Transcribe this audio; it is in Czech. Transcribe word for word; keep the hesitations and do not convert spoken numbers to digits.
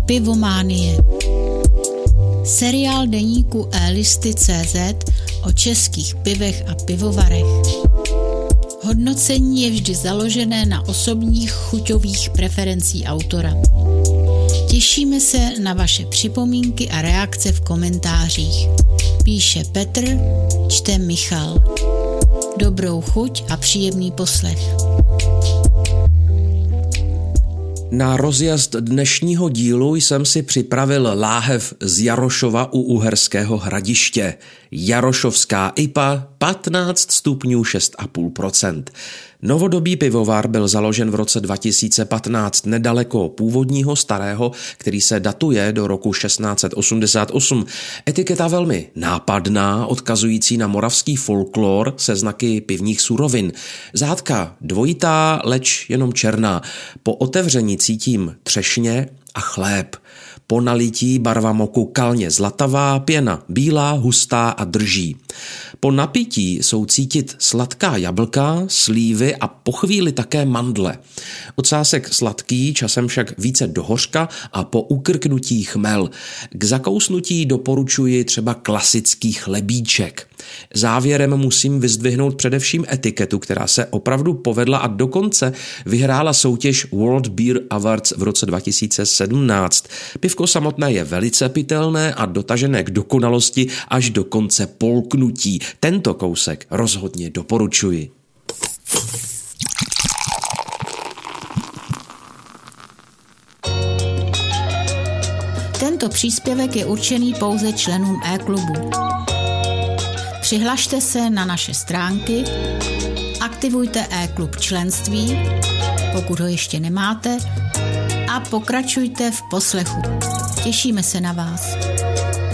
Pivománie. Seriál deníku elisty tečka cé zet o českých pivech a pivovarech. Hodnocení je vždy založené na osobních chuťových preferencí autora. Těšíme se na vaše připomínky a reakce v komentářích. Píše Petr, čte Michal. Dobrou chuť a příjemný poslech. Na rozjezd dnešního dílu jsem si připravil láhev z Jarošova u Uherského Hradiště. Jarošovská I P A patnáct stupňů šest celá pět procenta. Novodobý pivovar byl založen v roce dva tisíce patnáct nedaleko původního starého, který se datuje do roku šestnáct set osmdesát osm. Etiketa velmi nápadná, odkazující na moravský folklor se znaky pivních surovin. Zátka dvojitá, leč jenom černá. Po otevření cítím třešně a chléb. Po nalití barva moku kalně zlatavá, pěna bílá, hustá a drží. Po napití jsou cítit sladká jablka, slívy a po chvíli také mandle. Ocásek sladký, časem však více do hořka a po ukrknutí chmel. K zakousnutí doporučuji třeba klasický chlebíček. Závěrem musím vyzdvihnout především etiketu, která se opravdu povedla a dokonce vyhrála soutěž World Beer Awards v roce dva tisíce sedmnáct. Pivko samotné je velice pitelné a dotažené k dokonalosti až do konce polknutí. Tento kousek rozhodně doporučuji. Tento příspěvek je určený pouze členům e-klubu. Přihlašte se na naše stránky, aktivujte e-klub členství, pokud ho ještě nemáte, a pokračujte v poslechu. Těšíme se na vás.